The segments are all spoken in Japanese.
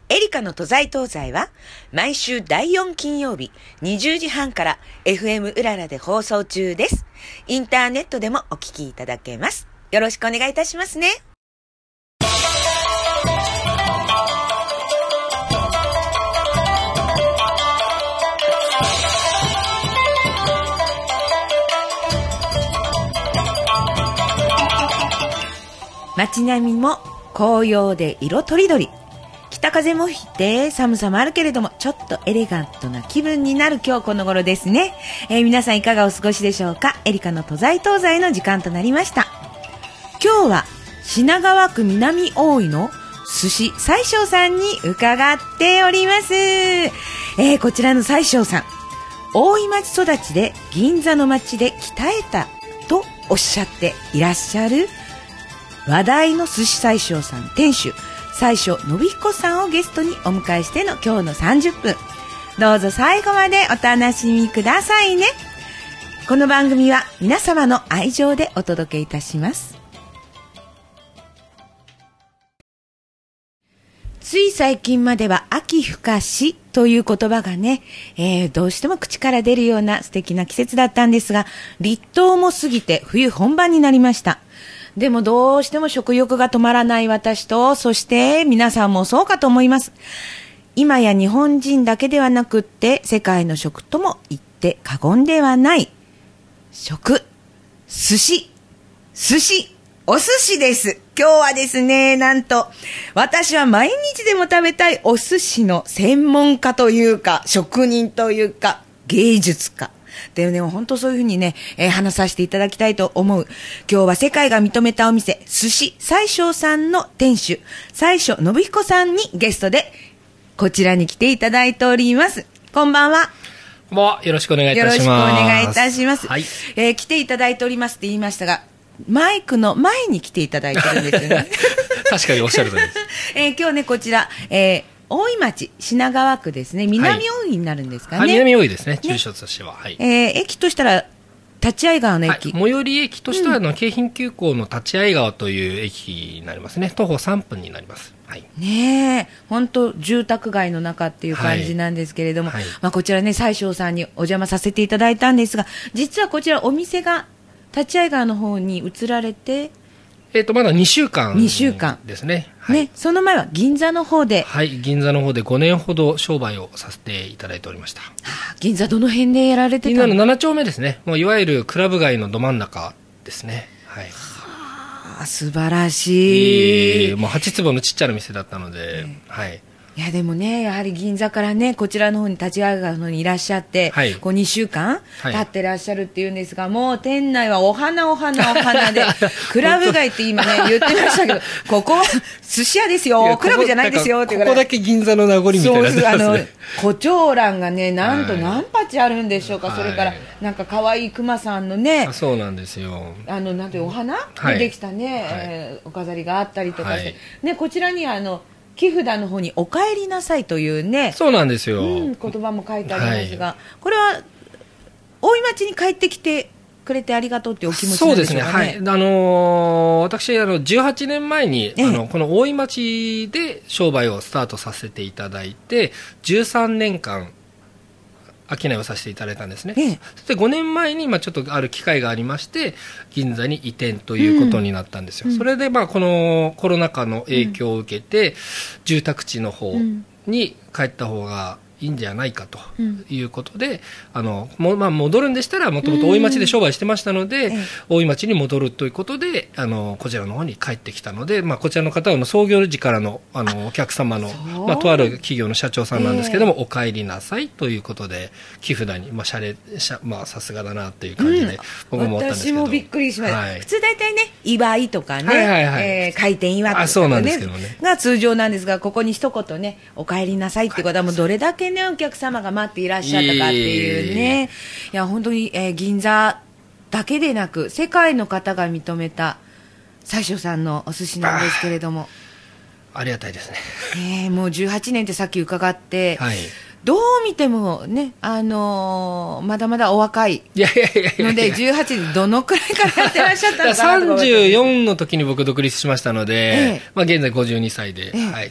エリカの都在東西は毎週第4金曜日20時半から FM うららで放送中です。インターネットでもお聞きいただけます。よろしくお願いいたしますね。街並みも紅葉で色とりどり。北風も吹いて寒さもあるけれども、ちょっとエレガントな気分になる今日この頃ですね。皆さんいかがお過ごしでしょうか。エリカの都在東西の時間となりました。今日は品川区南大井の寿司西庄さんに伺っております。こちらの西庄さん、大井町育ちで銀座の町で鍛えたとおっしゃっていらっしゃる話題の寿司西庄さん店主西庄信彦さんをゲストにお迎えしての今日の30分、どうぞ最後までお楽しみくださいね。この番組は皆様の愛情でお届けいたします。つい最近までは秋深しという言葉がね、どうしても口から出るような素敵な季節だったんですが、立冬も過ぎて冬本番になりました。でもどうしても食欲が止まらない私と、そして皆さんもそうかと思います。今や日本人だけではなくって世界の食とも言って過言ではない食、寿司、お寿司です。今日はですね、なんと私は毎日でも食べたいお寿司の専門家というか職人というか芸術家でね、本当そういうふうにね、話させていただきたいと思う。今日は世界が認めたお店、寿司西庄さんの店主、西庄信彦さんにゲストでこちらに来ていただいております。こんばんは。 こんばんは。よろしくお願いいたします。 よろしくお願いいたします。 はい。 来ていただいておりますって言いましたが、マイクの前に来ていただいてるんですよね。 確かにおっしゃるとおりです。 今日ね、こちら、大井町品川区ですね。南大井になるんですかね。 はい、南大井ですね。住所としては。はい。 駅としたら立会川の駅。 はい、最寄り駅としては京浜急行の立会川という駅になりますね。徒歩3分になります。はい。 ねえ、本当住宅街の中っていう感じなんですけれども、はい、まあこちらね、西庄さんにお邪魔させていただいたんですが、実はこちらお店が立会川の方に移られて。 まだ2週間ですね。 はい、ね、その前は銀座の方で。 はい、銀座の方で5年ほど商売をさせていただいておりました。 銀座どの辺でやられてたの？ 銀座の7丁目ですね。もういわゆるクラブ街のど真ん中ですね。はい。 はあ、素晴らしい。 もう8坪のちっちゃな店だったので、はい。 いやでもね、やはり銀座からね、こちらの方に立会川の方にいらっしゃって、はい、こう2週間経ってらっしゃるっていうんですが、もう店内はお花でクラブ街って今ね言ってましたけど、ここは寿司屋ですよ、クラブじゃないですよっていうから、 ここだけ銀座の名残みたいな。 そうです。胡蝶蘭がね、なんと何鉢あるんでしょうか。はい、それからなんか可愛い熊さんのね、 そうなんですよ。 なんていうお花でできたね、お飾りがあったりとかして、ね、こちらには木札の方にお帰りなさいというね、 そうなんですよ、 言葉も書いてありますが、これは大井町に帰ってきてくれてありがとうっていうお気持ちなんでしょうかね。そうですね、 はい。私18年前にこの大井町で商売をスタートさせていただいて13年間商いをさせていただいたんですね。そして5年前にちょっとある機会がありまして銀座に移転ということになったんですよ。それでこのコロナ禍の影響を受けて、住宅地の方に帰った方がいいんじゃないかということで、戻るんでしたらもともと大井町で商売してましたので、大井町に戻るということでこちらの方に帰ってきたので、こちらの方は創業時からのお客様の、とある企業の社長さんなんですけども、お帰りなさいということで木札にさすがだなという感じで僕も思ったんですけど、 私もびっくりしました。普通大体ね、祝いとかね、開店祝いとかそうなんですけどねが通常なんですが、ここに一言ね、お帰りなさいってことはもうどれだけね、お客様が待っていらっしゃったかっていうね。いや本当に、銀座だけでなく世界の方が認めた西庄さんのお寿司なんですけれども、 ありがたいですね。 もう18年ってさっき伺って、 どう見てもね、まだまだお若いので、18でどのくらいからやってらっしゃったのかなとか。 34の時に僕独立しましたので、まあ現在52歳で、はい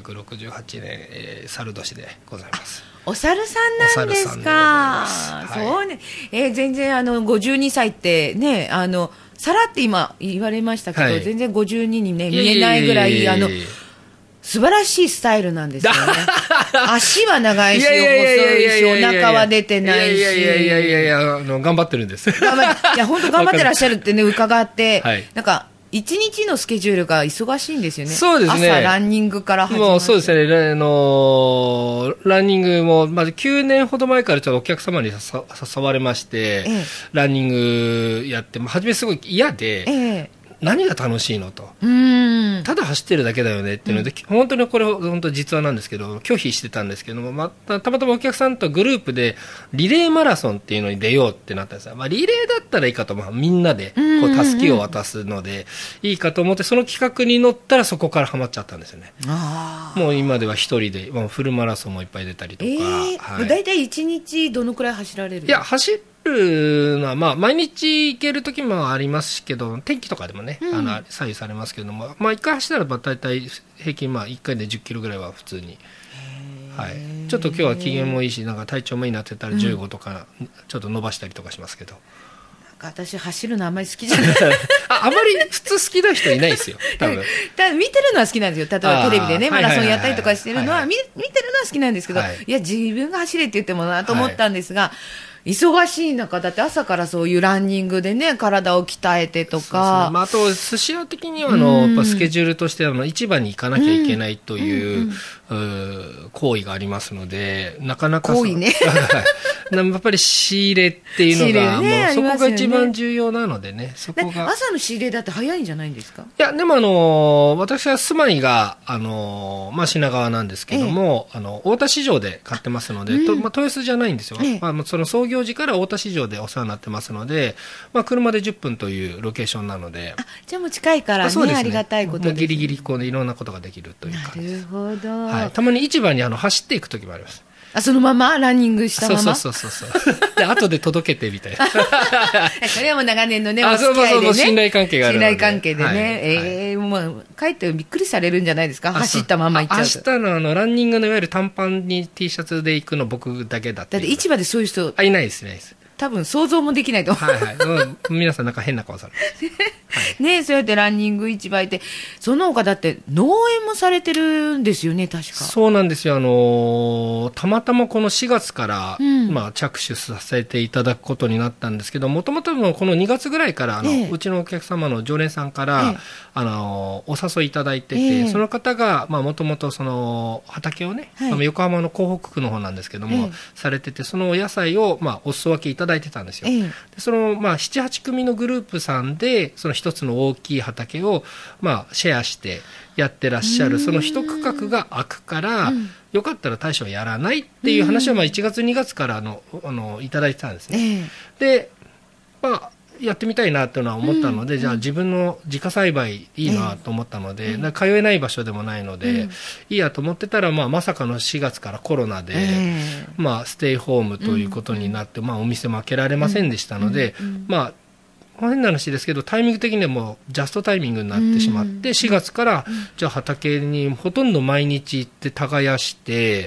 、1968年、猿年でございます。 お猿さんなんですか。そうね。全然52歳ってね、さらって今言われましたけど、全然52にね、見えないぐらい、素晴らしいスタイルなんですよね。足は長いし、細いし、お腹は出てないし。 頑張ってるんです。 いや、本当頑張ってらっしゃるってね、伺って、なんか、一日のスケジュールが忙しいんですよね。 そうですね。 朝ランニングから始まって。 もうそうですね。ランニングも、まず9年ほど前からちょっとお客様に誘われまして、ランニングやって、初めすごい嫌で、何が楽しいのと。ただ走ってるだけだよねっていうので、本当にこれ本当実話なんですけど、拒否してたんですけども、たまたまお客さんとグループでリレーマラソンっていうのに出ようってなったんですよ。リレーだったらいいかと、みんなでこう助けを渡すのでいいかと思って、その企画に乗ったらそこからハマっちゃったんですよね。もう今では一人で、フルマラソンもいっぱい出たりとか。 だいたい1日どのくらい走られる？ いや、走るのは、毎日行ける時もありますけど、天気とかでもね、左右されますけども、1回走ったら大体平均1回で10キロぐらいは普通に。はい。ちょっと今日は機嫌もいいし、なんか体調もいいなって言ったら15とか、ちょっと伸ばしたりとかしますけど。 私走るのあんまり好きじゃない。 あまり普通好きな人いないですよ、多分。 見てるのは好きなんですよ。例えばテレビでね、マラソンやったりとかしてるのは、見てるのは好きなんですけど、いや、自分が走れって言ってもなと思ったんですが、忙しい中、だって朝からそういうランニングでね、体を鍛えてとか。 あと、寿司屋的には、やっぱスケジュールとしては、市場に行かなきゃいけないという、行為がありますので、なかなか。 行為ね。 やっぱり仕入れっていうのが、もうそこが一番重要なのでね、そこが。 朝の仕入れだって早いんじゃないんですか？ いや、でも私は住まいが、品川なんですけども、大田市場で買ってますので、豊洲じゃないんですよ。その創業時から大田市場でお世話になってますので、車で10分というロケーションなので。 じゃあもう近いからね、ありがたいことです。 ギリギリいろんなことができるという感じです。 なるほど。 はい。たまに市場に走っていく時もあります。 そのままランニングしたまま。 そう。で、後で届けてみたいな。 それはもう長年のね、お付き合いでね。 信頼関係があるので。 信頼関係でね。もう、帰ってびっくりされるんじゃないですか？走ったまま行っちゃうと。 明日のランニングのいわゆる短パンに T シャツで行くの僕だけだって。 だって市場でそういう人。 いないです。 多分想像もできないと思う。皆さんなんか変な顔される。 ね、そうやってランニング市場行って、その他だって農園もされてるんですよね、確か。 そうなんですよ。たまたまこの4月から、着手させていただくことになったんですけど、もともとこの2月ぐらいから、うちのお客様の常連さんから、お誘いいただいてて、その方が、もともとその畑をね、横浜の港北区の方なんですけども、されてて、そのお野菜を、お裾分けいただいてたんですよ。でその、7、8組のグループさんで、その一つの大きい畑を、シェアしてやってらっしゃる、その一区画が空くから、よかったら大将やらないっていう話は、1月2月からいただいてたんですね。で、やってみたいなというのは思ったので、じゃあ自分の自家栽培いいなと思ったので、通えない場所でもないので、いいやと思ってたら、まさかの4月からコロナで、ステイホームということになって、お店も開けられませんでしたので、変な話ですけど、タイミング的にはもうジャストタイミングになってしまって、4月から、じゃあ畑にほとんど毎日行って耕して、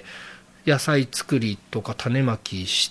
野菜作りとか種まきして、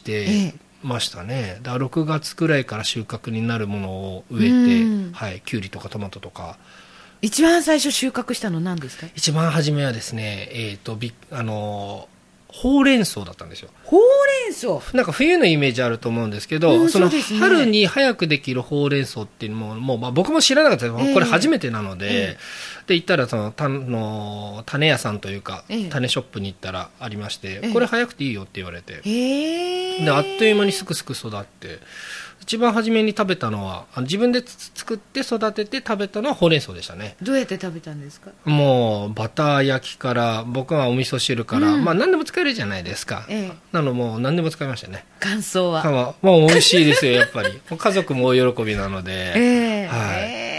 ましたね。だから6月くらいから収穫になるものを植えて、キュウリとかトマトとか。 一番最初収穫したの何ですか？ 一番初めはですね、ほうれん草だったんですよ。 ほうれん草なんか冬のイメージあると思うんですけど、その春に早くできるほうれん草っていうのも、もう僕も知らなかったです。これ初めてなので、で、行ったらその種屋さんというか、種ショップに行ったらありまして、これ早くていいよって言われて、で、あっという間にすくすく育って、一番初めに食べたのは、自分で作って育てて食べたのはほうれん草でしたね。 どうやって食べたんですか？ もうバター焼きから、僕はお味噌汁から、何でも使えるじゃないですか。なのもう何でも使いましたね。 感想は？ もう美味しいですよ、やっぱり。家族も大喜びなので。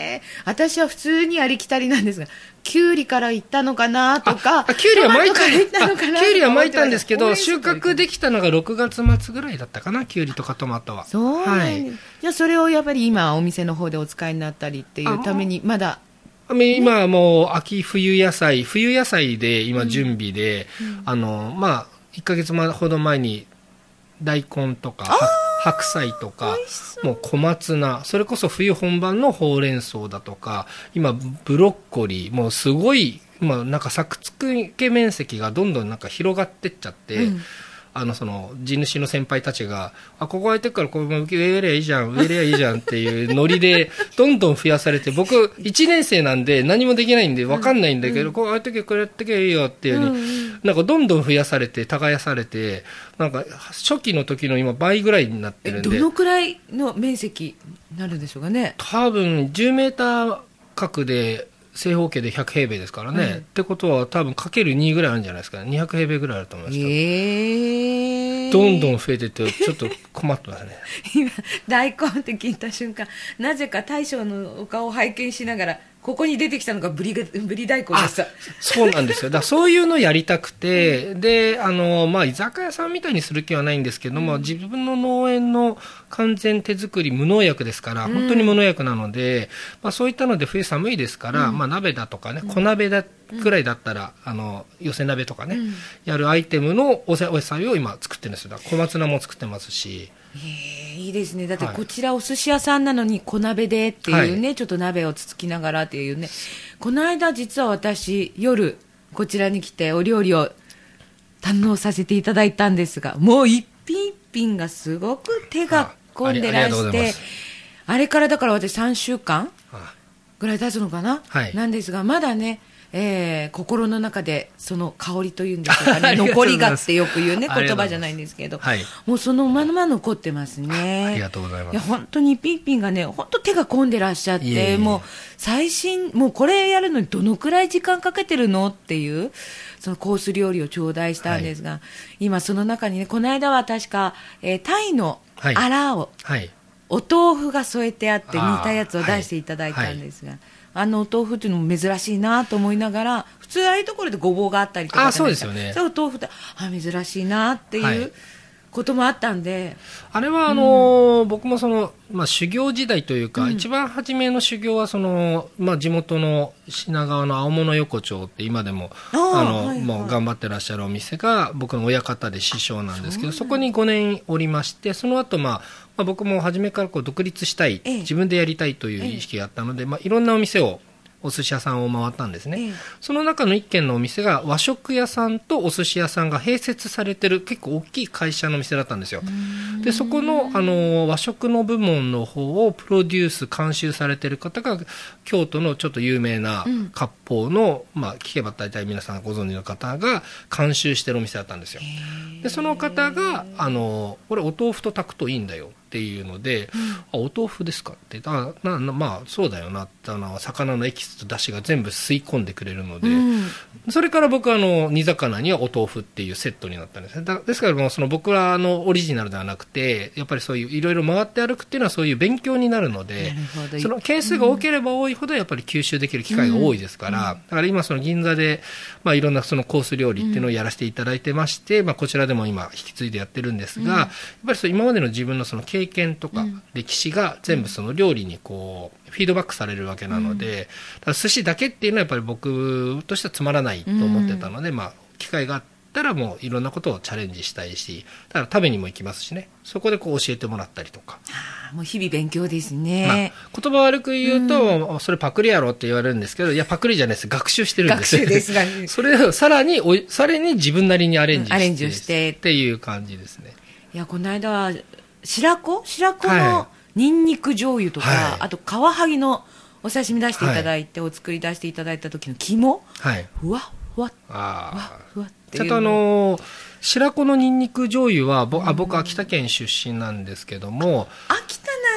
私は普通にありきたりなんですが、きゅうりから行ったのかなとか、 きゅうりは巻いたトマトから行ったのかなきゅうりは巻いたんですけど、収ほうれん草から穫できたのが6月末ぐらいだったかな、きゅうりとかトマトは。 そうなんです、 はい。 じゃあそれをやっぱり今お店の方でお使いになったりっていうためにまだ今はもう秋冬野菜で今準備で、1ヶ月ほど前に大根とか白菜とかもう小松菜、それこそ冬本番のほうれん草だとか、今ブロッコリー、もうすごいなんか作付け面積がどんどんなんか広がってっちゃって、その地主の先輩たちが、ここ空いてるからこれ植えりゃいいじゃんっていうノリでどんどん増やされて、僕1年生なんで何もできないんで分かんないんだけど、こう空いてけこれやってけいいよっていう風に、なんかどんどん増やされて耕されて、なんか初期の時の今倍ぐらいになってるんで。 どのくらいの面積になるんでしょうかね。 多分10メーター角で正方形で100平米ですからね、ってことは多分かける2ぐらいあるんじゃないですかね。200平米ぐらいあると思いますけど、どんどん増えててちょっと困ってますね。 今大根って聞いた瞬間、なぜか大将のお顔を拝見しながら、ここに出てきたのがブリ大根でした。 そうなんですよ。だからそういうのをやりたくて、で、居酒屋さんみたいにする気はないんですけども、自分の農園の完全手作り無農薬ですから、本当に無農薬なので、そういったので冬寒いですから、鍋だとかね、小鍋だくらいだったら、寄せ鍋とかね、やるアイテムのお野菜を今作ってるんですよ。だから小松菜も作ってますし。 いいですね。だってこちらお寿司屋さんなのに小鍋でっていうね、ちょっと鍋をつつきながらっていうね。この間実は私夜こちらに来てお料理を堪能させていただいたんですが、もう一品一品がすごく手が込んでらして、あれからだから私3週間ぐらい経つのかな、なんですが、まだね、心の中でその香りというんでしょうかね、残りがってよく言うね言葉じゃないんですけど、もうそのまま残ってますね。 ありがとうございます。 いや本当に一品一品がね、本当手が込んでらっしゃって、もう最新、もうこれやるのにどのくらい時間かけてるのっていうそのコース料理を頂戴したんですが、今その中にね、この間は確か、タイのアラを、お豆腐が添えてあって煮たやつを出していただいたんですが、お豆腐っていうのも珍しいなと思いながら、普通ああいうところでごぼうがあったりとか、 そうですよね。 そう、豆腐って珍しいなっていうこともあったんで、 あれは僕もその、修行時代というか、一番初めの修行はその、地元の品川の青物横丁って今でももう頑張ってらっしゃるお店が僕の親方で師匠なんですけど、そこに5年おりまして、その後僕も初めから独立したい、自分でやりたいという意識があったので、いろんなお店を、お寿司屋さんを回ったんですね。その中の一軒のお店が和食屋さんとお寿司屋さんが併設されてる結構大きい会社のお店だったんですよ。でそこの、和食の部門の方をプロデュース監修されてる方が京都のちょっと有名な割烹の、聞けば大体皆さんご存知の方が監修してるお店だったんですよ。でその方がこれお豆腐と炊くといいんだよっていうので、お豆腐ですかってそうだよなって魚のエキスと出汁が全部吸い込んでくれるので、それから僕は煮魚にはお豆腐っていうセットになったんですね。ですからもうその僕らのオリジナルではなくて、やっぱりそういういろいろ回って歩くっていうのはそういう勉強になるので、その件数が多ければ多いほどやっぱり吸収できる機会が多いですから、だから今その銀座で、いろんなそのコース料理っていうのをやらせていただいてまして、こちらでも今引き継いでやってるんですが、やっぱり今までの自分のその経験とか歴史が全部その料理にこうフィードバックされるわけなので、だから寿司だけっていうのはやっぱり僕としてはつまらないと思ってたので、機会があったらもういろんなことをチャレンジしたいし、だから食べにも行きますしね、そこでこう教えてもらったりとか。 もう日々勉強ですね。 言葉悪く言うと、それパクリやろって言われるんですけど、いやパクリじゃないです、学習してるんです。 学習ですがそれをさらに自分なりにアレンジをしてっていう感じですね。 いやこの間は白子のニンニク醤油とか、あとカワハギのお刺身出していただいて、お作り出していただいた時の肝、ふわふわふわっていう、 ちょっと白子のニンニク醤油は僕秋田県出身なんですけども、 秋田な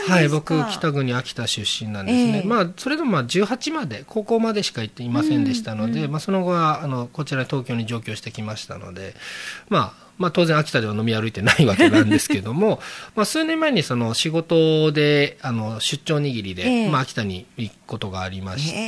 か。 はい、僕北国秋田出身なんですね。まあそれでも18まで高校までしか行っていませんでしたので、その後はこちら東京に上京してきましたので、まあ当然秋田では飲み歩いてないわけなんですけども数年前にその仕事で出張握りで、秋田に行くことがありまして、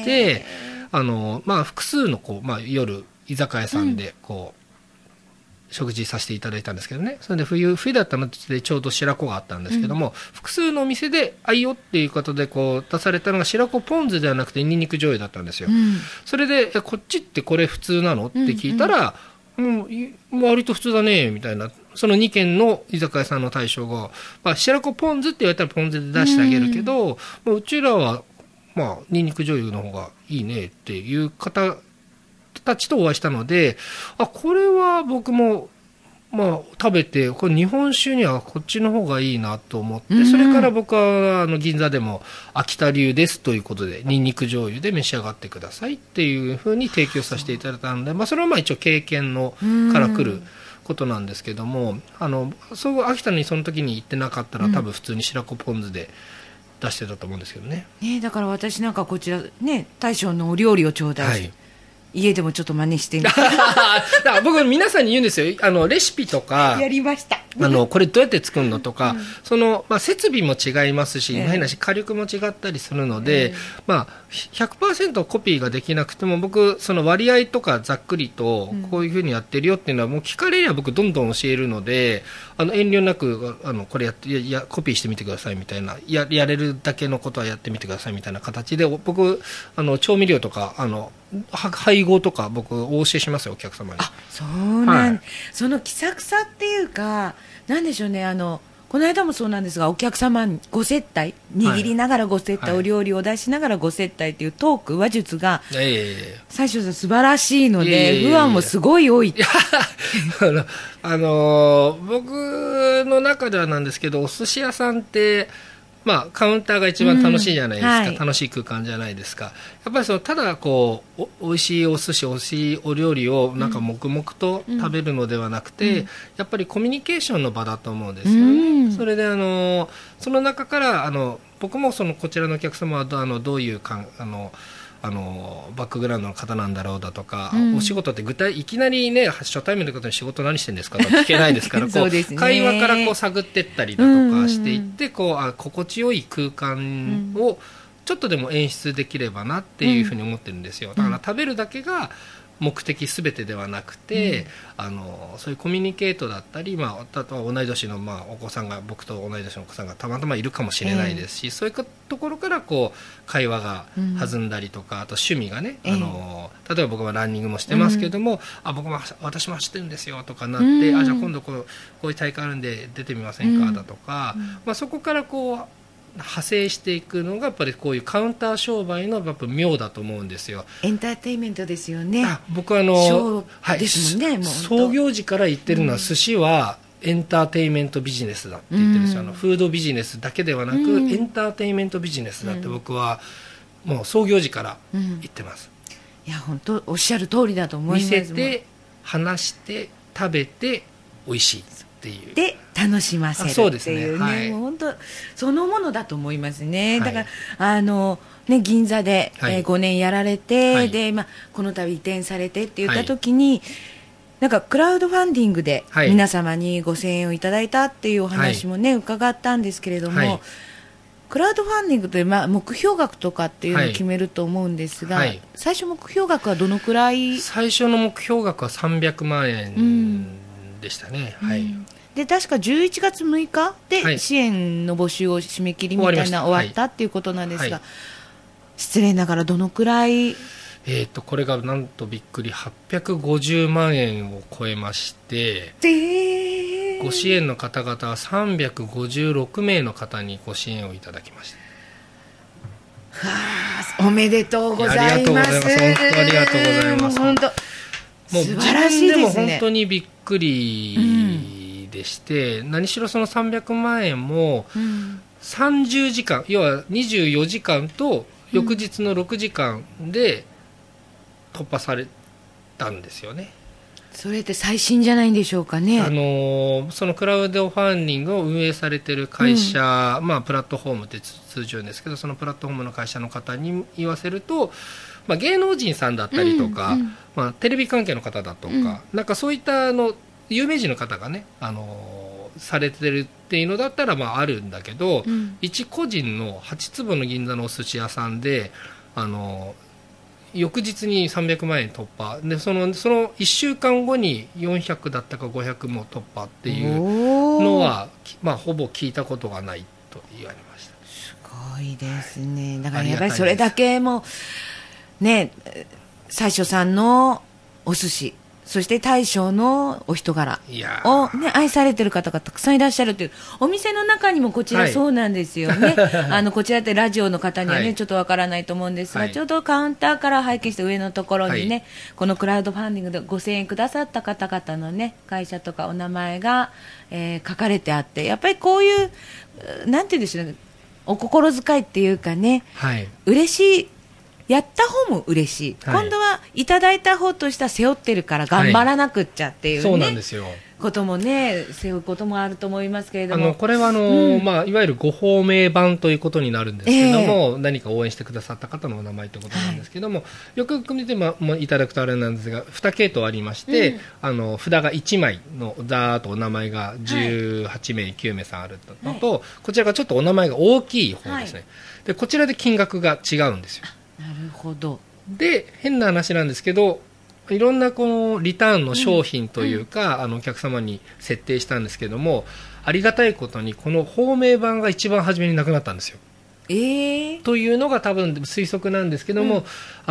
複数の夜居酒屋さんで食事させていただいたんですけどね。それで冬だったのでちょうど白子があったんですけども、複数のお店でいいよっていうことで出されたのが白子ポン酢ではなくてニンニク醤油だったんですよ。それでこっちってこれ普通なのって聞いたら、割と普通だねみたいな、その2軒の居酒屋さんの大将が、白子ポン酢って言われたらポン酢で出してあげるけど、うちらはニンニク醤油の方がいいねっていう方たちとお会いしたので、これは僕も食べて、これ日本酒にはこっちの方がいいなと思って、それから僕は銀座でも秋田流ですということでニンニク醤油で召し上がってくださいっていうふうに提供させていただいたので、それは一応経験から来ることなんですけども、そう秋田にその時に行ってなかったら多分普通に白子ポン酢で出してたと思うんですけどね。 だから私なんかこちらね、大将のお料理を頂戴して、家でもちょっと真似してみてだから僕皆さんに言うんですよ、レシピとかやりましたこれどうやって作るのとか、設備も違いますし、変なし火力も違ったりするので、100% コピーができなくても、僕その割合とかざっくりとこういうふうにやってるよっていうのはもう聞かれれば僕どんどん教えるので、遠慮なくこれコピーしてみてくださいみたいな、やれるだけのことはやってみてくださいみたいな形で、僕調味料とか配合とか僕お教えしますよ、お客様に。 そうなん、その気さくさっていうか、なんでしょうね、この間もそうなんですが、お客様にご接待、握りながらご接待、お料理を出しながらご接待っていうトーク話術が最初素晴らしいので、不安もすごい多い僕の中ではなんですけど、お寿司屋さんってカウンターが一番楽しいじゃないですか、楽しい空間じゃないですか。やっぱりただ美味しいお寿司、美味しいお料理をなんか黙々と食べるのではなくて、やっぱりコミュニケーションの場だと思うんですよね。それでその中から僕もこちらのお客様はどういうバックグラウンドの方なんだろうだとか、お仕事っていきなりね、初対面の方に仕事何してるんですかと聞けないですから会話から探っていったりだとかしていって、心地よい空間をちょっとでも演出できればなっていうふうに思ってるんですよ。だから食べるだけが目的すべてではなくて、そういうコミュニケートだったり、あとは同い年のお子さんが、僕と同い年のお子さんがたまたまいるかもしれないですし、そういうところから会話が弾んだりとか、あと趣味がね、例えば僕はランニングもしてますけども、私も走ってるんですよとかなって、じゃあ今度こういう大会あるんで出てみませんかだとか、そこから派生していくのがやっぱりこういうカウンター商売のやっぱ妙だと思うんですよ。 エンターテインメントですよね。 僕はですもんね、 創業時から言ってるのは、寿司はエンターテインメントビジネスだって言ってるんですよ。フードビジネスだけではなく、エンターテインメントビジネスだって僕はもう創業時から言ってます。 いや本当おっしゃる通りだと思います。 見せて話して食べて美味しいで楽しませるっていうね、もう本当そのものだと思いますね。だから銀座で5年やられて、でこの度移転されてって言った時に、なんかクラウドファンディングで皆様にご声援をいただいたっていうお話もね、伺ったんですけれども、クラウドファンディングで目標額とかっていうのを決めると思うんですが、最初目標額はどのくらい？ 最初の目標額は300万円でしたね。 で確か11月6日で支援の募集を締め切りみたいな終わったっていうことなんですが、失礼ながらどのくらい？ これがなんとびっくり850万円を超えまして、ご支援の方々は356名の方にご支援をいただきました。 おめでとうございます。 ありがとうございます。本当ありがとうございます。 もう素晴らしいですね。 自分でも本当にびっくりでして、何しろその300万円も30時間、要は24時間と翌日の6時間で突破されたんですよね。 それって最新じゃないんでしょうかね。 そのクラウドファンディングを運営されている会社、プラットフォームって通じるんですけど、そのプラットフォームの会社の方に言わせると、芸能人さんだったりとか、テレビ関係の方だとか、なんかそういった有名人の方がね、されてるっていうのだったらあるんだけど、一個人の8坪の銀座のお寿司屋さんで翌日に300万円突破で、その1週間後に400だったか500も突破っていうのは、ほぼ聞いたことがないと言われました。 すごいですね。だからやっぱりそれだけもね、最初さんのお寿司、そして大将のお人柄を、ね、愛されてる方がたくさんいらっしゃるというお店の中にもこちらそうなんですよね、こちらってラジオの方には、ねちょっとわからないと思うんですが、ちょうどカウンターから拝見して上のところにね、このクラウドファンディングで5000円くださった方々の、ね、会社とかお名前が、書かれてあって、やっぱりこういうなんて言うんでしょうね、お心遣いっていうかね、嬉しい、やった方も嬉しい、今度はいただいた方としては背負ってるから頑張らなくっちゃっていう、ね、 そうなんですよ。 こともね、背負うこともあると思いますけれども、 これはいわゆるご褒美版ということになるんですけども、何か応援してくださった方のお名前ということなんですけども、よく見ていただくとあれなんですが、2系統ありまして、札が1枚のざーっとお名前が18名、9名さんあるのと、こちらがちょっとお名前が大きい方ですね、でこちらで金額が違うんですよ。 なるほど。 で変な話なんですけど、いろんなこのリターンの商品というか、お客様に設定したんですけども、ありがたいことにこの芳名版が一番初めになくなったんですよ。というのが多分推測なんですけども、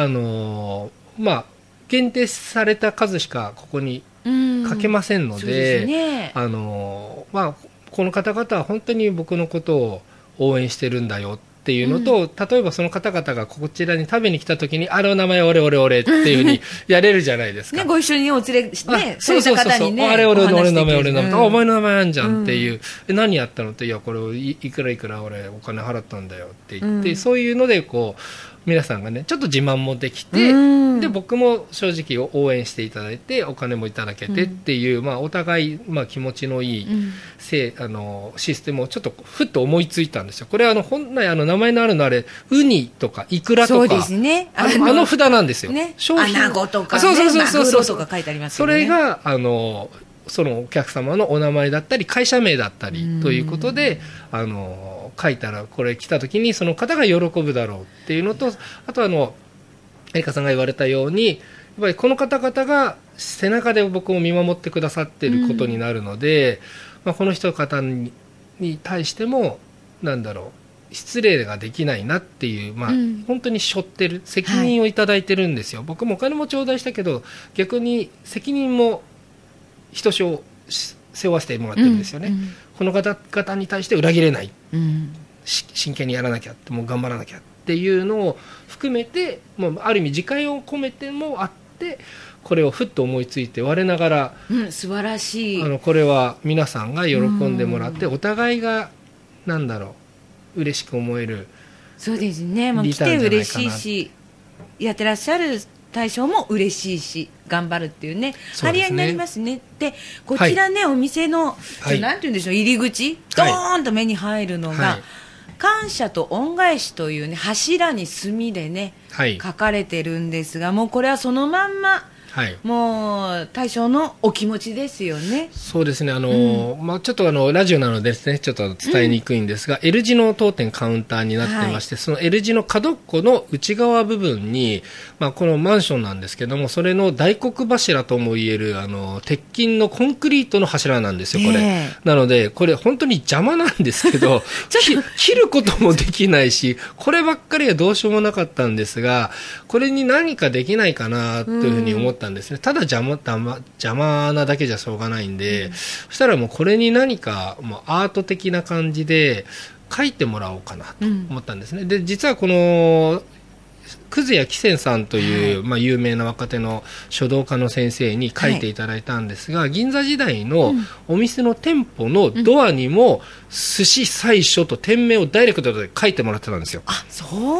限定された数しかここに書けませんので、この方々は本当に僕のことを応援してるんだよっていうのと、例えばその方々がこちらに食べに来た時に、あれお名前俺っていうふうにやれるじゃないですか。 ね、ご一緒にお連れして、ね、 そうあれ俺の名前お前の名前あんじゃんっていう、何やったのって、いやこれいくら俺お金払ったんだよって言って、そういうのでこう皆さんがねちょっと自慢もできて、で僕も正直応援していただいてお金もいただけてっていう、お互い、気持ちのいい、システムをちょっとふっと思いついたんですよ。これは本来名前のあるのあれウニとかイクラとか、 そうですね、 札なんですよ、 ね、 商品アナゴとか、ね、マグロとか書いてありますけどね。 それがそのお客様のお名前だったり会社名だったりということで書いたら、これ来た時にその方が喜ぶだろうっていうのと、あとエリカさんが言われたように、やっぱりこの方々が背中で僕を見守ってくださっていることになるので、この人方に対しても失礼ができないなっていう、本当に背負ってる責任をいただいてるんですよ、僕もお金も頂戴したけど逆に責任もひとしお背負わせてもらってるんですよね、この方々に対して裏切れない、真剣にやらなきゃって、もう頑張らなきゃっていうのを含めて、もうある意味自戒を込めてもあって、これをふっと思いついて我ながら、 素晴らしい、 これは皆さんが喜んでもらって、お互いが嬉しく思える、 そうですね、もう来て嬉しいし、やってらっしゃる大将も嬉しいし頑張るっていうね、張り合いになりますね。でこちらね、お店のなんていうんでしょう、入り口ドーンと目に入るのが、感謝と恩返しというね柱に墨でね、書かれてるんですが、もうこれはそのまんま、もう大将のお気持ちですよね。 そうですね、ちょっとラジオなのでですね、ちょっと伝えにくいんですが、L 字の当店カウンターになってまして、その L 字の角っこの内側部分に、このマンションなんですけども、それの大黒柱ともいえる鉄筋のコンクリートの柱なんですよ、これ。なのでこれ本当に邪魔なんですけど切ることもできないし、こればっかりはどうしようもなかったんですが、これに何かできないかなというふうに思ってたんですね。ただ邪魔なだけじゃしょうがないんで、そしたらもうこれに何かもうアート的な感じで書いてもらおうかなと思ったんですね。で実はこの久谷喜泉さんという、有名な若手の書道家の先生に書いていただいたんですが、銀座時代のお店の店舗のドアにも寿司最初と店名をダイレクトで書いてもらってたんですよ。 そうな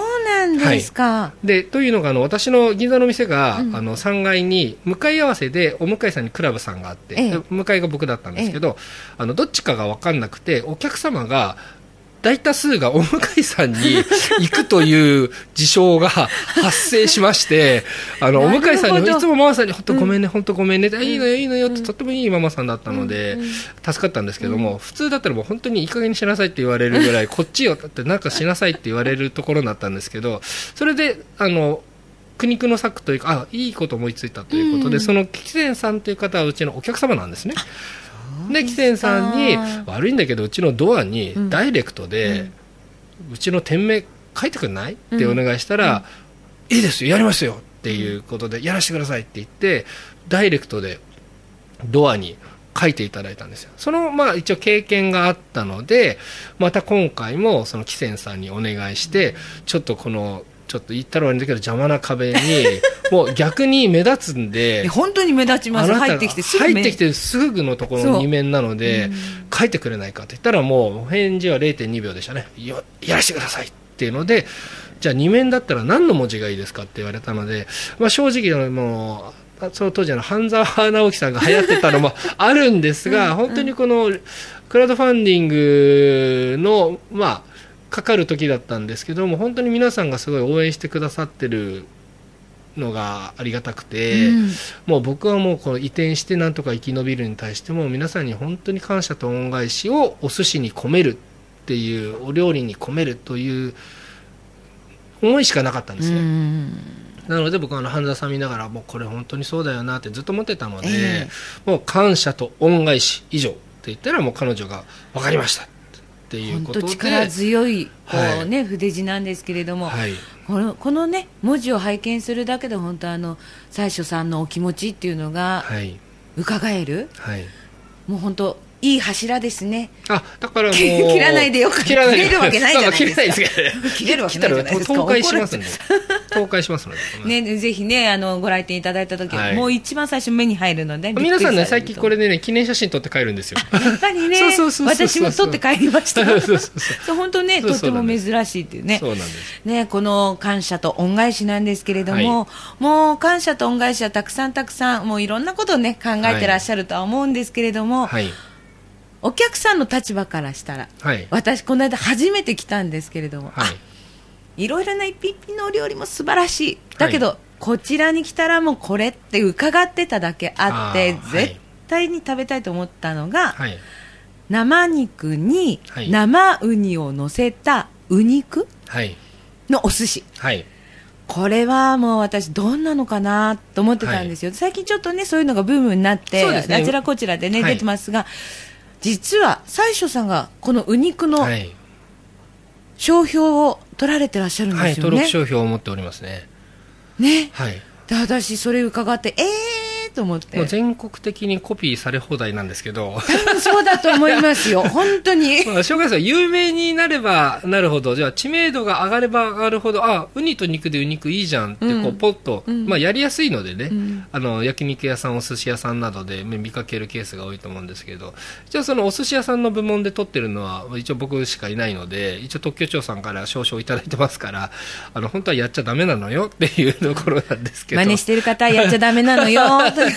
なんですか。 はい、でというのが私の銀座の店が、3階に向かい合わせでお向かいさんにクラブさんがあって、向かいが僕だったんですけど、どっちかが分かんなくてお客様が大多数がお向かいさんに行くという事象が発生しましてお向かいさんにいつもママさんに本当ごめんね、本当ごめんね、いいのよいいのよってとってもいいママさんだったので助かったんですけども、普通だったらもう本当にいい加減にしなさいって言われるぐらいこっちよってなんかしなさいって言われるところだったんですけど、それで苦肉の策というかいいこと思いついたということで、その喜泉さんという方はうちのお客様なんですね。で喜泉さんに悪いんだけどうちのドアにダイレクトで、うちの店名書いてくれないってお願いしたら、いいですよやりますよっていうことでやらせてくださいって言ってダイレクトでドアに書いていただいたんですよ。その一応経験があったのでまた今回もその喜泉さんにお願いしてちょっとちょっと言ったら悪いんだけど邪魔な壁にもう逆に目立つんで本当に目立ちます。入ってきてすぐのところの2面なので書いてくれないかって言ったらもう返事は 0.2 秒でしたね。やらせてくださいっていうので、じゃあ2面だったら何の文字がいいですかって言われたので、正直もうその当時半沢直樹さんが流行ってたのもあるんですが本当にこのクラウドファンディングのかかる時だったんですけども、本当に皆さんがすごい応援してくださってるのがありがたくて、もう僕はもうこの移転してなんとか生き延びるに対しても皆さんに本当に感謝と恩返しをお寿司に込めるっていうお料理に込めるという思いしかなかったんですね。なので僕は半沢さん見ながらもうこれ本当にそうだよなってずっと思ってたので、もう感謝と恩返し以上って言ったらもう彼女が分かりましたっていうことで、 本当力強い筆字なんですけれども、このね文字を拝見するだけで本当最初さんのお気持ちっていうのが伺える、もう本当いい柱ですね。 だからもう切らないでよかった。切れるわけないじゃないですか。 切れるわけないじゃないですか。倒壊しますんで。倒壊しますので。 ね、ぜひねご来店いただいた時、もう一番最初目に入るので。 皆さんね最近これでね記念写真撮って帰るんですよ。 やっぱりね。私も撮って帰りました。本当ねとっても珍しいっていうね。 そうなんです。 ねこの感謝と恩返しなんですけれども、もう感謝と恩返しはたくさんもういろんなことをね考えてらっしゃるとは思うんですけれども。お客さんの立場からしたら、私この間初めて来たんですけれども、いろいろな一品のお料理も素晴らしいだけど、こちらに来たらもうこれって伺ってただけあって絶対に食べたいと思ったのが、生肉に生ウニを乗せたウ肉のお寿司、これはもう私どんなのかなと思ってたんですよ。最近ちょっとねそういうのがブームになって、あちらこちらでね出てますが、実は最初さんがこのウニクの商標を取られてらっしゃるんですよね。 登録商標を持っておりますね。 で私それ伺ってと思って、 もう全国的にコピーされ放題なんですけど、 多分そうだと思いますよ本当に。 紹介さん有名になればなるほど、じゃあ知名度が上がれば上がるほど、ウニと肉でウニクいいじゃんってポッと、やりやすいのでね、焼肉屋さんお寿司屋さんなどで見かけるケースが多いと思うんですけど、じゃあそのお寿司屋さんの部門で取ってるのは一応僕しかいないので、一応特許庁さんから証書をいただいてますから、本当はやっちゃダメなのよっていうところなんですけど、 真似してる方はやっちゃダメなのよ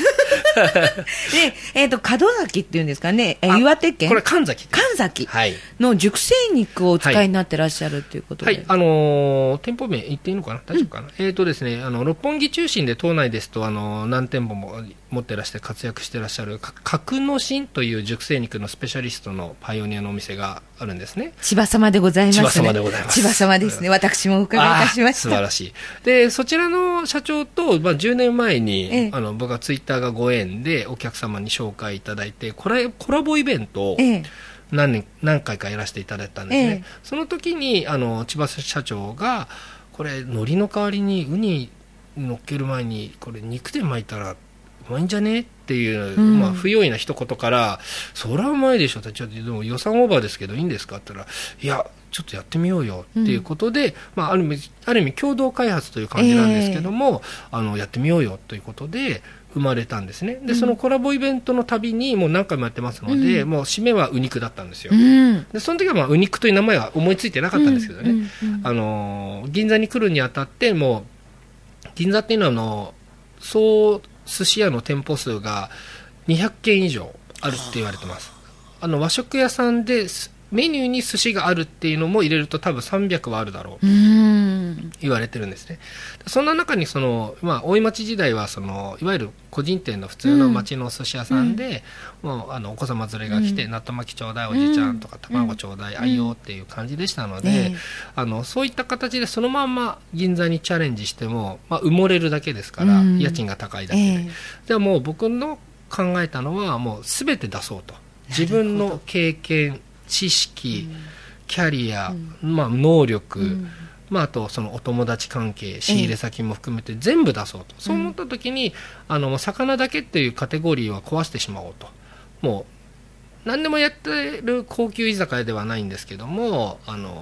で、門崎っていうんですかね、岩手県、 これ神崎の熟成肉をお使いになってらっしゃるということで、 店舗名言っていいのかな、大丈夫かな、ですね、六本木中心で島内ですと何店舗も持ってらして活躍してらっしゃる格之進という熟成肉のスペシャリストのパイオニアのお店があるんですね。 千葉様でございますね。 千葉様でございます。 千葉様ですね。私もお伺いいたしました。 素晴らしい。でそちらの社長と、10年前に、僕はツイッターがご縁でお客様に紹介いただいて、コラボイベントを何回かやらせていただいたんですね。その時に千葉社長がこれ海苔の代わりにウニ乗っける前にこれ肉で巻いたらうまいんじゃねっていう、不用意な一言から、それはうまいでしょって、ちょっとでも予算オーバーですけどいいんですかって言ったら、いやちょっとやってみようよっていうことで、ある意味共同開発という感じなんですけども、やってみようよということで生まれたんですね。でそのコラボイベントのたびにもう何回もやってますので、もう締めはウニクだったんですよ。でその時はまあウニクという名前は思いついてなかったんですけどね、銀座に来るにあたってもう銀座っていうのは総寿司屋の店舗数が200軒以上あるって言われてます。和食屋さんでメニューに寿司があるっていうのも入れると多分300はあるだろうと言われてるんですね。そんな中に大井町時代はいわゆる個人店の普通の町のお寿司屋さんで、もうお子様連れが来て、納豆巻きちょうだいおじちゃんとか、卵ちょうだいあいよっていう感じでしたので、そういった形でそのまんま銀座にチャレンジしても、埋もれるだけですから、家賃が高いだけで、じゃあもう僕の考えたのはもう全て出そうと。自分の経験、知識、キャリア、能力、あとそのお友達関係、仕入れ先も含めて全部出そうと、そう思った時に魚だけっていうカテゴリーは壊してしまおうと。もう何でもやってる高級居酒屋ではないんですけども、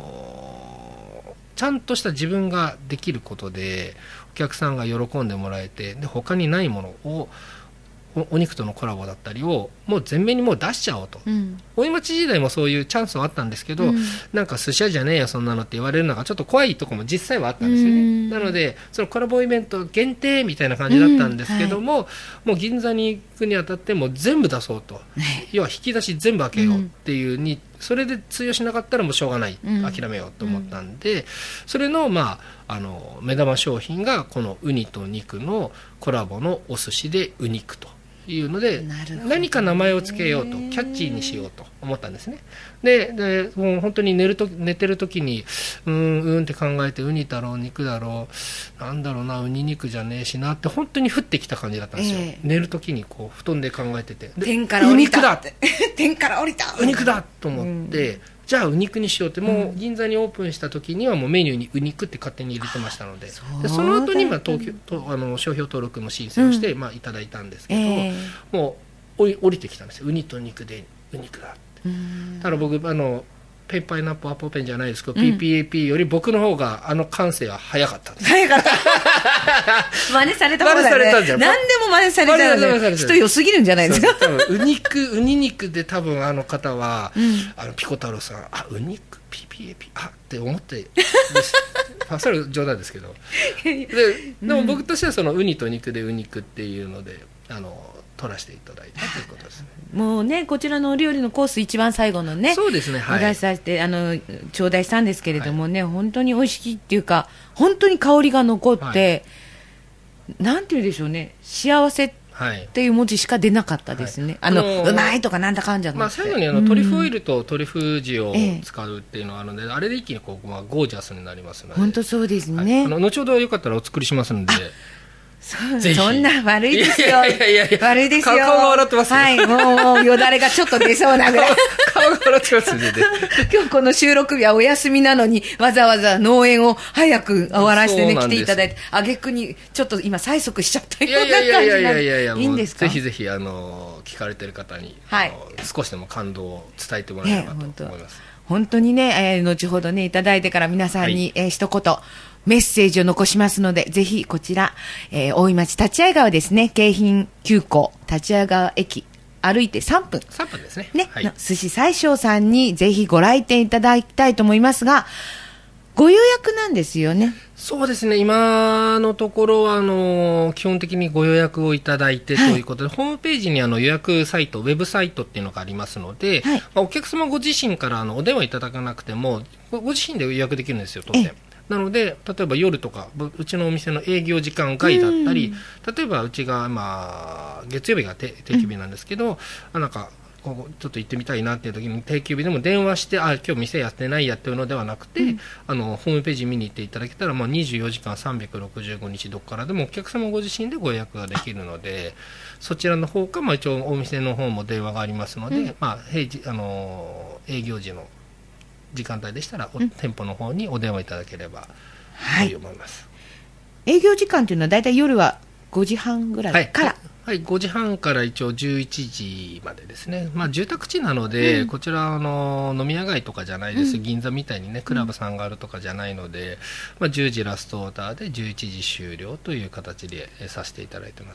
ちゃんとした自分ができることでお客さんが喜んでもらえて、で他にないものをお肉とのコラボだったりをもう前面にもう出しちゃおうと、大井町時代もそういうチャンスはあったんですけど、なんか寿司屋じゃねえよそんなのって言われるのがちょっと怖いところも実際はあったんですよね。なのでそのコラボイベント限定みたいな感じだったんですけども、もう銀座に行くにあたってもう全部出そうと、要は引き出し全部開けようっていうに、それで通用しなかったらもうしょうがない、諦めようと思ったんで、それの目玉商品がこのウニと肉のコラボのお寿司でウニクというので、何か名前をつけようと、キャッチーにしようと思ったんですね。でもう本当に寝てる時にって考えて、ウニだろう肉だろうなんだろうな、ウニ肉じゃねえしなって本当に降ってきた感じだったんですよ、寝る時にこう布団で考えてて、 天から降りたウニクだって天から降りたウニクだと思って、じゃあウニクにしようって、もう銀座にオープンした時にはもうメニューにウニクって勝手に入れてましたので、その後に商標登録の申請をして、いただいたんですけど、もう降りてきたんですよ。ウニと肉でウニクだって。ただ僕ペンパイナップルアポペンじゃないですけど、PPAP より僕の方が感性は早かったんです。 早かった真似された方だよね。何でも真似されちゃうので、人良すぎるんじゃないですか。 ウニ肉で多分方は、ピコ太郎さんウニ肉 PPAP って思ってそれは冗談ですけどでも僕としてはそのウニと肉でウニクっていうので取らせていただいたということですね。 もうね、こちらのお料理のコース一番最後のね、 そうですね、 お出しさせて頂戴したんですけれどもね、本当に美味しいっていうか、本当に香りが残って、なんていうんでしょうね、幸せっていう文字しか出なかったですね。うまいとかなんだかんじゃなくて、 最後にトリュフオイルとトリュフ塩を使うっていうのがあるので、あれで一気にゴージャスになりますので。 本当そうですね。 後ほどよかったらお作りしますので。 そんな悪いですよ。悪いですよ。 顔が笑ってますよ。 はい、もうよだれがちょっと出そうなぐらい。 顔が笑ってますね。 今日この収録日はお休みなのに、わざわざ農園を早く終わらせてね、来ていただいて、挙句にちょっと今催促しちゃったような感じなんで。いいんですか？ ぜひぜひ聞かれてる方に、少しでも感動を伝えてもらえればと思います。 本当にね、後ほどね、いただいてから皆さんに、一言、メッセージを残しますので、ぜひこちら、大井町立会川ですね、京浜急行立会川駅、歩いて3分。 3分ですね。 寿司最小さんにぜひご来店いただきたいと思いますが、ご予約なんですよね。 そうですね、今のところは基本的にご予約をいただいてということで、ホームページに予約サイト、ウェブサイトっていうのがありますので、お客様ご自身からお電話いただかなくてもご自身で予約できるんですよ、当然。なので例えば夜とかうちのお店の営業時間外だったり、例えばうちが月曜日が定休日なんですけど、なんかここちょっと行ってみたいなっていう時に定休日でも電話して今日店やってないやっていうのではなくて、ホームページ見に行っていただけたら、24時間365日どこからでもお客様ご自身でご予約ができるので、そちらの方か、一応お店の方も電話がありますので、平時営業時の時間帯でしたら、店舗の方にお電話いただければと思います。 営業時間というのはだいたい夜は5時半ぐらいから、 5時半から一応11時までですね。住宅地なので、こちら飲み屋街とかじゃないです。銀座みたいにね、クラブさんがあるとかじゃないので、10時ラストオーダーで11時終了という形でさせていただいてます。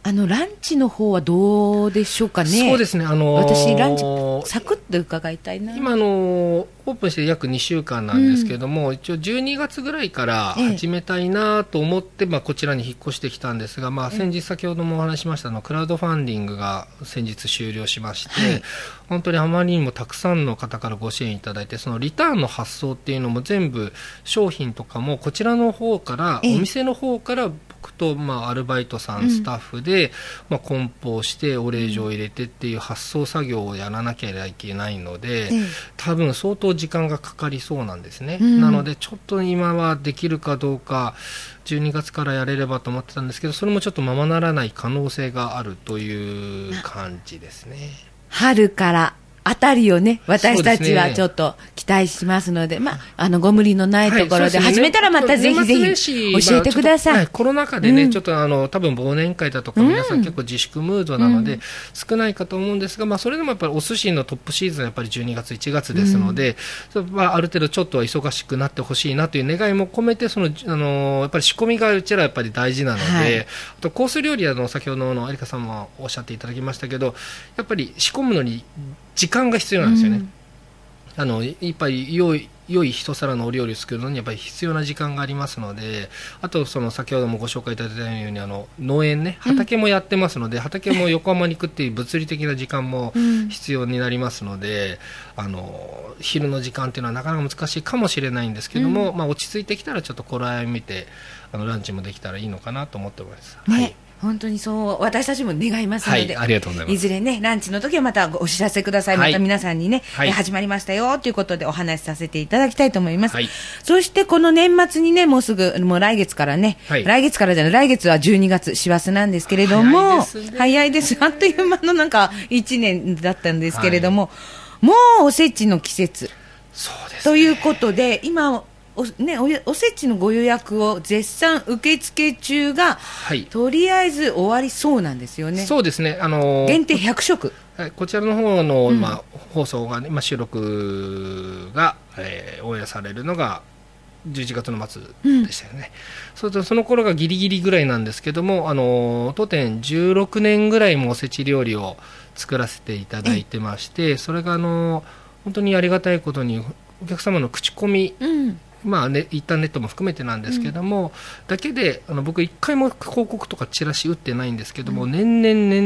ランチの方はどうでしょうかね。 そうですね、 私ランチサクッと伺いたいな。 今オープンして約2週間なんですけども、一応12月ぐらいから始めたいなと思って、こちらに引っ越してきたんですが、先日先ほどもお話ししましたクラウドファンディングが先日終了しまして、本当にあまりにもたくさんの方からご支援いただいて、そのリターンの発送っていうのも全部商品とかもこちらの方から、お店の方から僕とアルバイトさん、スタッフで梱包してお礼状を入れてっていう発送作業をやらなきゃいけないので、多分相当時間がかかりそうなんですね。なのでちょっと今はできるかどうか12月からやれればと思ってたんですけど、それもちょっとままならない可能性があるという感じですね。 春からあたりをね、私たちはちょっと期待しますので、ご無理のないところで、始めたらまたぜひぜひ教えてください。 コロナ禍でね、ちょっと多分忘年会だとか皆さん結構自粛ムードなので、少ないかと思うんですが、それでもやっぱりお寿司のトップシーズンはやっぱり12月、1月ですので、ある程度ちょっとは忙しくなってほしいなという願いも込めて、やっぱり仕込みがうちらやっぱり大事なので、あとコース料理先ほどの有香さんもおっしゃっていただきましたけど、やっぱり仕込むのに時間が必要なんですよね。やっぱり良い一皿のお料理を作るのにやっぱり必要な時間がありますので、あと先ほどもご紹介いただいたように農園ね、畑もやってますので、畑も横浜に行くっていう物理的な時間も必要になりますので、昼の時間っていうのはなかなか難しいかもしれないんですけども、落ち着いてきたらちょっと頃合いを見てランチもできたらいいのかなと思っております。 ね、本当にそう私たちも願いますので、 ありがとうございます。 いずれねランチの時はまたお知らせください。また皆さんにね、始まりましたよということでお話しさせていただきたいと思います。そしてこの年末にね、もうすぐもう来月からね、来月は12月師走なんですけれども、早いです。あっという間のなんか1年だったんですけれども、もうおせちの季節ということで、今おせちのご予約を絶賛受付中が、とりあえず終わりそうなんですよね。 そうですね、 限定100食、 こちらの方の、放送が、収録が、オンエアされるのが11月の末でしたよね。その頃がギリギリぐらいなんですけども、当店16年ぐらいもおせち料理を作らせていただいてまして、それが本当にありがたいことにお客様の口コミ、一旦ネットも含めてなんですけども、だけで僕一回も広告とかチラシ打ってないんですけども、年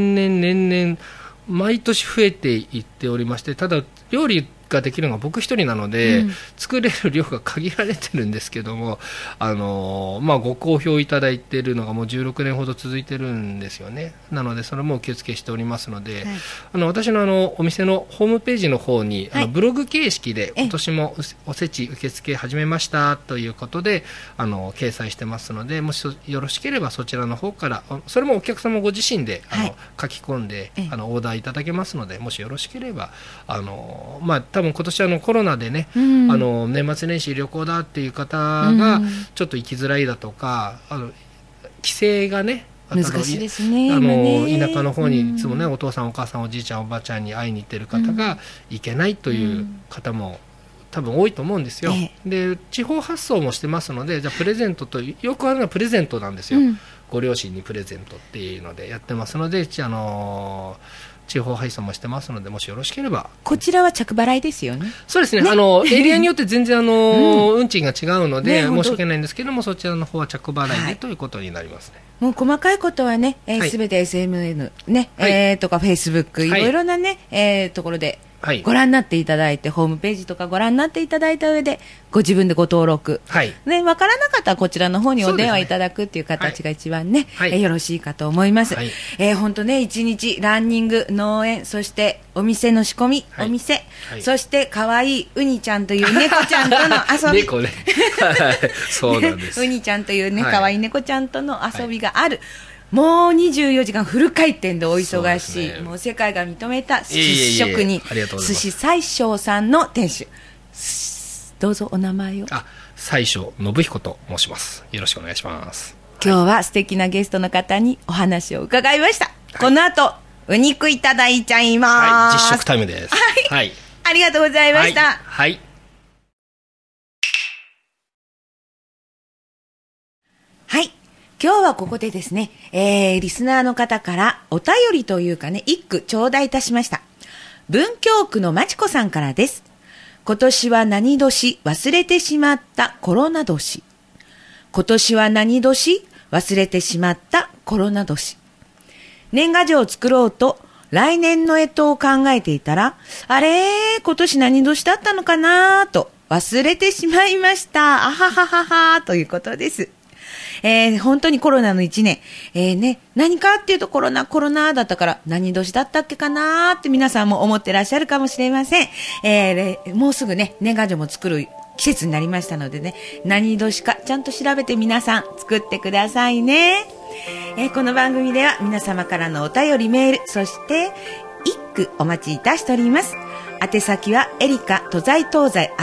々毎年増えていっておりまして、ただ料理ができるのが僕一人なので、作れる量が限られてるんですけども、ご好評いただいているのがもう16年ほど続いてるんですよね。なのでそれも受付しておりますので、私のお店のホームページの方に、ブログ形式で今年もおせち受付始めましたということで掲載してますので、もしよろしければそちらの方から、それもお客様ご自身で書き込んでオーダーいただけますので、もしよろしければ多分今年コロナでね、年末年始旅行だっていう方がちょっと行きづらいだとか、帰省がね難しいですね。 田舎の方にいつもね、お父さんお母さんおじいちゃんおばあちゃんに会いに行ってる方が行けないという方も多分多いと思うんですよ。で地方発送もしてますので、じゃあプレゼントとよくあるのはプレゼントなんですよ。ご両親にプレゼントっていうのでやってますので、地方配送もしてますので、もしよろしければ。 こちらは着払いですよね。 そうですね、エリアによって全然運賃が違うので、申し訳ないんですけども、そちらの方は着払いでということになりますね。 もう細かいことはね、すべて SMN ね、とか Facebook、いろいろなね、ところでご覧になっていただいて、ホームページとかご覧になっていただいた上でご自分でご登録、ね、分からなかったらこちらの方にお電話いただくっていう形が一番ね、よろしいかと思います。本当ね、一日ランニング、農園、そしてお店の仕込み、お店、そして可愛いウニちゃんという猫ちゃんとの遊び、 猫ねそうなんですウニちゃんというね、可愛い猫ちゃんとの遊びがある。もう24時間フル回転でお忙しい、もう世界が認めた寿司職人、寿司最小さんの店主、どうぞお名前を。 最小信彦と申します。よろしくお願いします。 今日は素敵なゲストの方にお話を伺いました。この後お肉いただいちゃいます。 実食タイムです。 ありがとうございました。はい、 今日はここでですね、リスナーの方からお便りというかね、一句頂戴いたしました。文京区のまちこさんからです。今年は何年忘れてしまったコロナ年。今年は何年忘れてしまったコロナ年。年賀状を作ろうと来年の干支を考えていたら、あれ今年何年だったのかなと忘れてしまいました。あははははということです。本当にコロナの1年、何かっていうとコロナだったから何年だったっけかなって皆さんも思ってらっしゃるかもしれません。もうすぐね、年賀状も作る季節になりましたのでね、何年かちゃんと調べて皆さん作ってくださいね。この番組では皆様からのお便りメール、そして一句お待ちいたしております。宛先はエリカ都在東西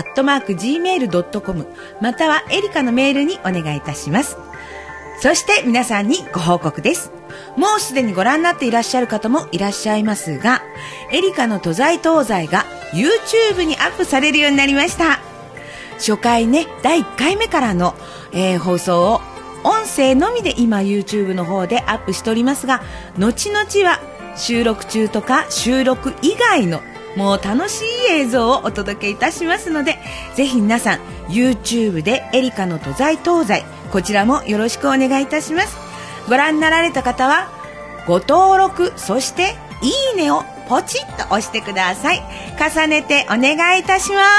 @gmail.com またはエリカのメールにお願いいたします。そして皆さんにご報告です。もうすでにご覧になっていらっしゃる方もいらっしゃいますが、エリカの都在東西が YouTube にアップされるようになりました。初回ね、第1回目からの、放送を音声のみで今 YouTube の方でアップしておりますが、後々は収録中とか収録以外のもう楽しい映像をお届けいたしますので、ぜひ皆さん YouTube でエリカの都在東西、こちらもよろしくお願いいたします。ご覧になられた方はご登録、そしていいねをポチッと押してください。重ねてお願いいたします。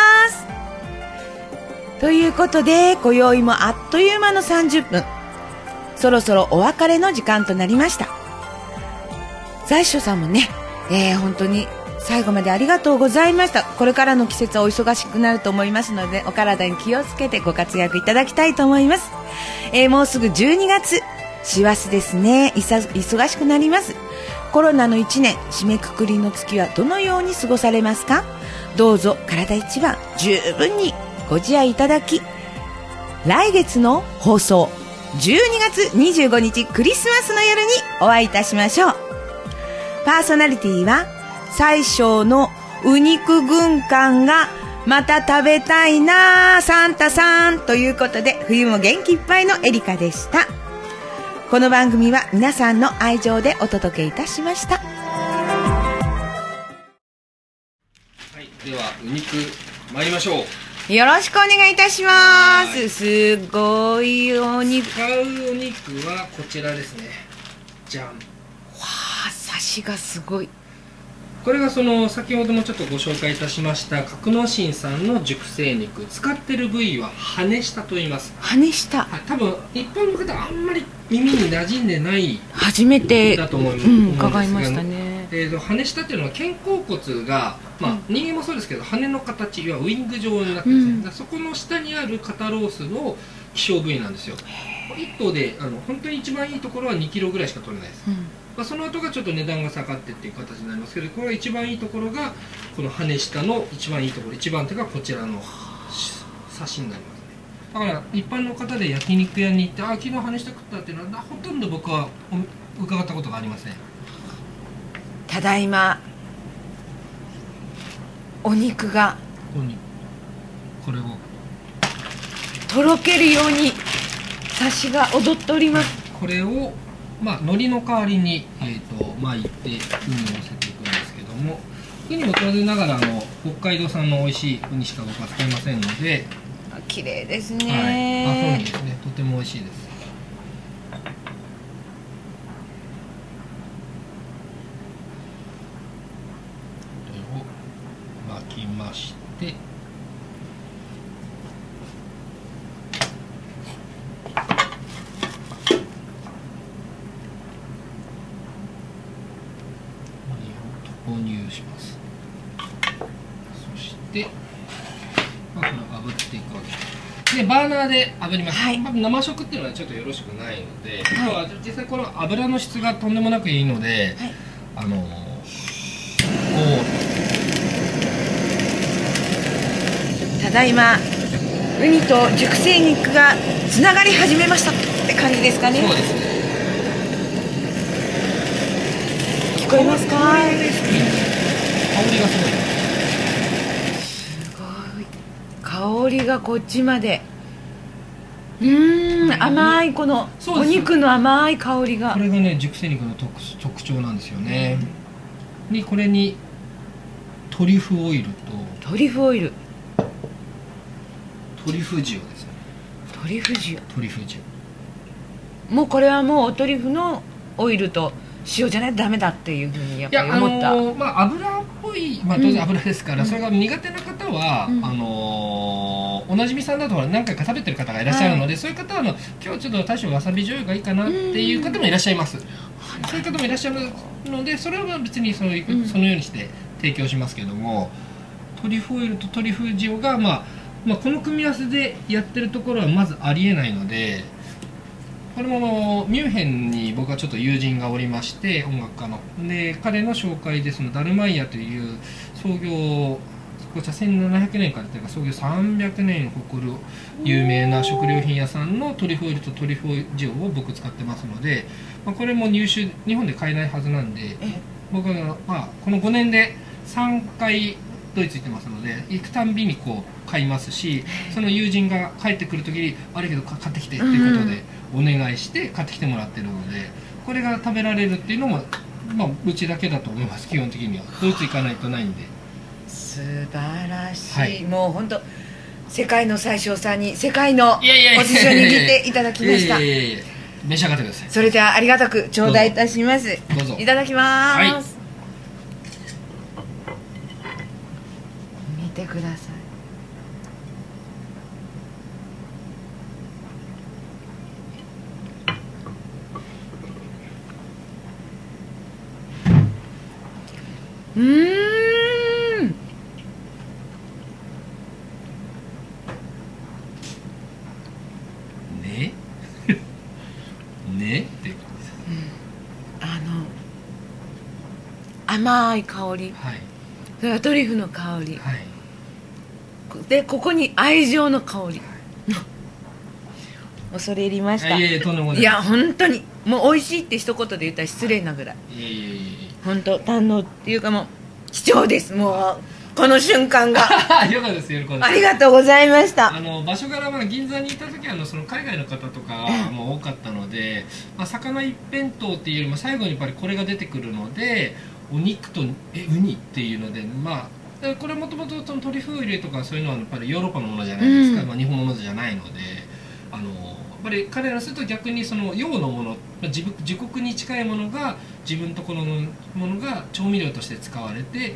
ということで、今宵もあっという間の30分、そろそろお別れの時間となりました。在所さんもね、本当に最後までありがとうございました。これからの季節はお忙しくなると思いますので、お体に気をつけてご活躍いただきたいと思います。もうすぐ12月、師走ですね。忙しくなります。コロナの1年、締めくくりの月はどのように過ごされますか？どうぞ体一番十分にご自愛いただき、来月の放送12月25日クリスマスの夜にお会いいたしましょう。パーソナリティは最小のウ肉軍艦がまた食べたいなサンタさんということで、冬も元気いっぱいのエリカでした。この番組は皆さんの愛情でお届けいたしました。はい、ではウ肉参りましょう。 よろしくお願いいたします。すごいお肉。 使うお肉はこちらですね。じゃん。わあ、サシがすごい。 これがその先ほどもちょっとご紹介いたしました格之進さんの熟成肉。使ってる部位は羽下と言います。 羽下、 はい、多分一般の方はあんまり耳に馴染んでない初めてだと思います、 伺いましたね。 羽下っていうのは肩甲骨が、人間もそうですけど羽の形、いわゆるウィング状になってるんですね、そこの下にある肩ロースの希少部位なんですよ。1頭で本当に一番いいところは2キロぐらいしか取れないです、その後がちょっと値段が下がってっていう形になりますけど、これは一番いいところがこの羽下の一番いいところ、一番手がこちらのサシになりますね。だから一般の方で焼肉屋に行って昨日羽下食ったっていうのはほとんど僕は伺ったことがありません。 ただいまお肉がこれをとろけるようにサシが踊っております。 これを海苔の代わりに、巻いてウニを乗せていくんですけども、ウニも当然ながら北海道産の美味しいウニしか僕は使いませんので、 綺麗ですはい、 ね、 そうですね、とても美味しいです。これを巻きまして、投入します。そして、これを炙っていくわけです。でバーナーで炙ります、生食っていうのはちょっとよろしくないので、今日は実際この油の質がとんでもなくいいので、 ただいまウニと熟成肉がつながり始めましたって感じですかね。 そうですね。 聞こえますか？ 香りがすごい。 すごい香りがこっちまで。 甘いこのお肉の甘い香りが、 これがね熟成肉の特徴なんですよね。にこれにトリュフオイルとトリュフ塩ですね。 トリュフ塩もうこれはもうトリュフのオイルと塩じゃないとダメだっていうふうにやっぱり思った。 油っぽい、当然油ですから、それが苦手な方は、おなじみさんだと何回か食べてる方がいらっしゃるので、そういう方は今日ちょっと多少わさび醤油がいいかなっていう方もいらっしゃいます。そういう方もいらっしゃるので、それは別にそのようにして提供しますけども、トリュフオイルとトリュフ塩が、この組み合わせでやってるところはまずありえないので、これもミュンヘンに僕はちょっと友人がおりまして、音楽家ので彼の紹介で、そのダルマイヤという創業こちら1700年からというか創業300年誇る有名な食料品屋さんのトリュフオイルとトリュフ塩を僕使ってますので、これも日本で買えないはずなんで、僕はこの5年で3回ドイツ行ってますので、行くたんびに買いますし、その友人が帰ってくるときにあるけど買ってきてっていうことでお願いして買ってきてもらってるので、これが食べられるっていうのも、うちだけだと思います。基本的にはドイツ行かないとないんで。 素晴らしい、もう本当世界の最小さんに世界のお寿司を握っていただきました。 召し上がってください。 それではありがたく頂戴いたします。 どうぞ。 いただきます。見てください。 ねっていう感じです。 甘い香り、それからトリュフの香り、でここに愛情の香り、恐れ入りました。いや本当にもう美味しいって一言で言ったら失礼なぐらい、本当堪能っていうかもう貴重です。もうこの瞬間がよかったです。喜んでありがとうございました。 場所柄銀座にいた時はその海外の方とかも多かったので、魚一辺倒っていうよりも最後にやっぱりこれが出てくるので、お肉とウニっていうので、これもともとトリュフオイルとかそういうのはやっぱりヨーロッパのものじゃないですか、日本のものじゃないので、やっぱり彼らすると逆にその洋のもの、自国に近いものが自分とこのものが調味料として使われて、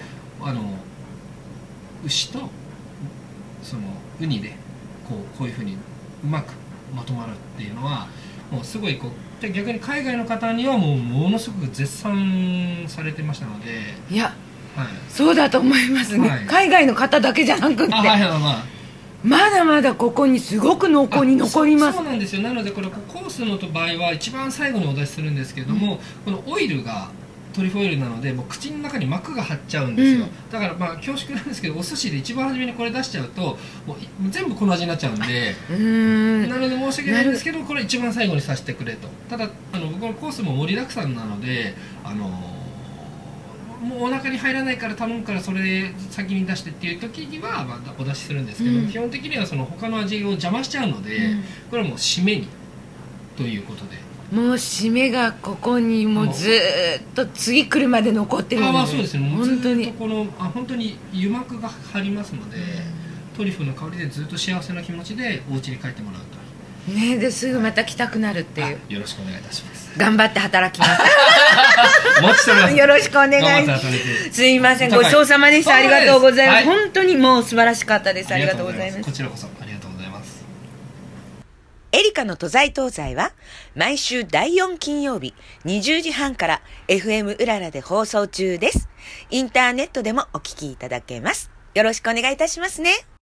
牛とそのウニでこういうふうにうまくまとまるっていうのはもうすごい逆に海外の方にはものすごく絶賛されてましたので。 いや、そうだと思いますね、海外の方だけじゃなくって、まだまだここにすごく濃厚に残ります。 そうなんですよ。なのでこれコースの場合は一番最後にお出しするんですけども、このオイルがトリュフオイルなのでもう口の中に膜が張っちゃうんですよ、だから恐縮なんですけど、お寿司で一番初めにこれ出しちゃうともう全部この味になっちゃうんで、なので申し訳ないんですけど、これ一番最後にさせてくれと。ただ僕のコースも盛りだくさんなので、もうお腹に入らないから頼むからそれ先に出してっていう時にはお出しするんですけど、基本的にはその他の味を邪魔しちゃうので、これはもう締めにということで、 もう締めがここにもうずーっと次来るまで残ってるので、 そうですね、本当に本当に油膜が張りますので、トリュフの香りでずっと幸せな気持ちでお家に帰ってもらうとね。ですぐまた来たくなるっていう。 よろしくお願いいたします。 頑張って働きますお待ちしております。 よろしくお願いします。すいません、ごちそうさまでした。ありがとうございます。本当にもう素晴らしかったです。ありがとうございます。 こちらこそありがとうございます。 エリカの都在東西は毎週第4金曜日20時半から FM うららで放送中です。インターネットでもお聞きいただけます。よろしくお願いいたしますね。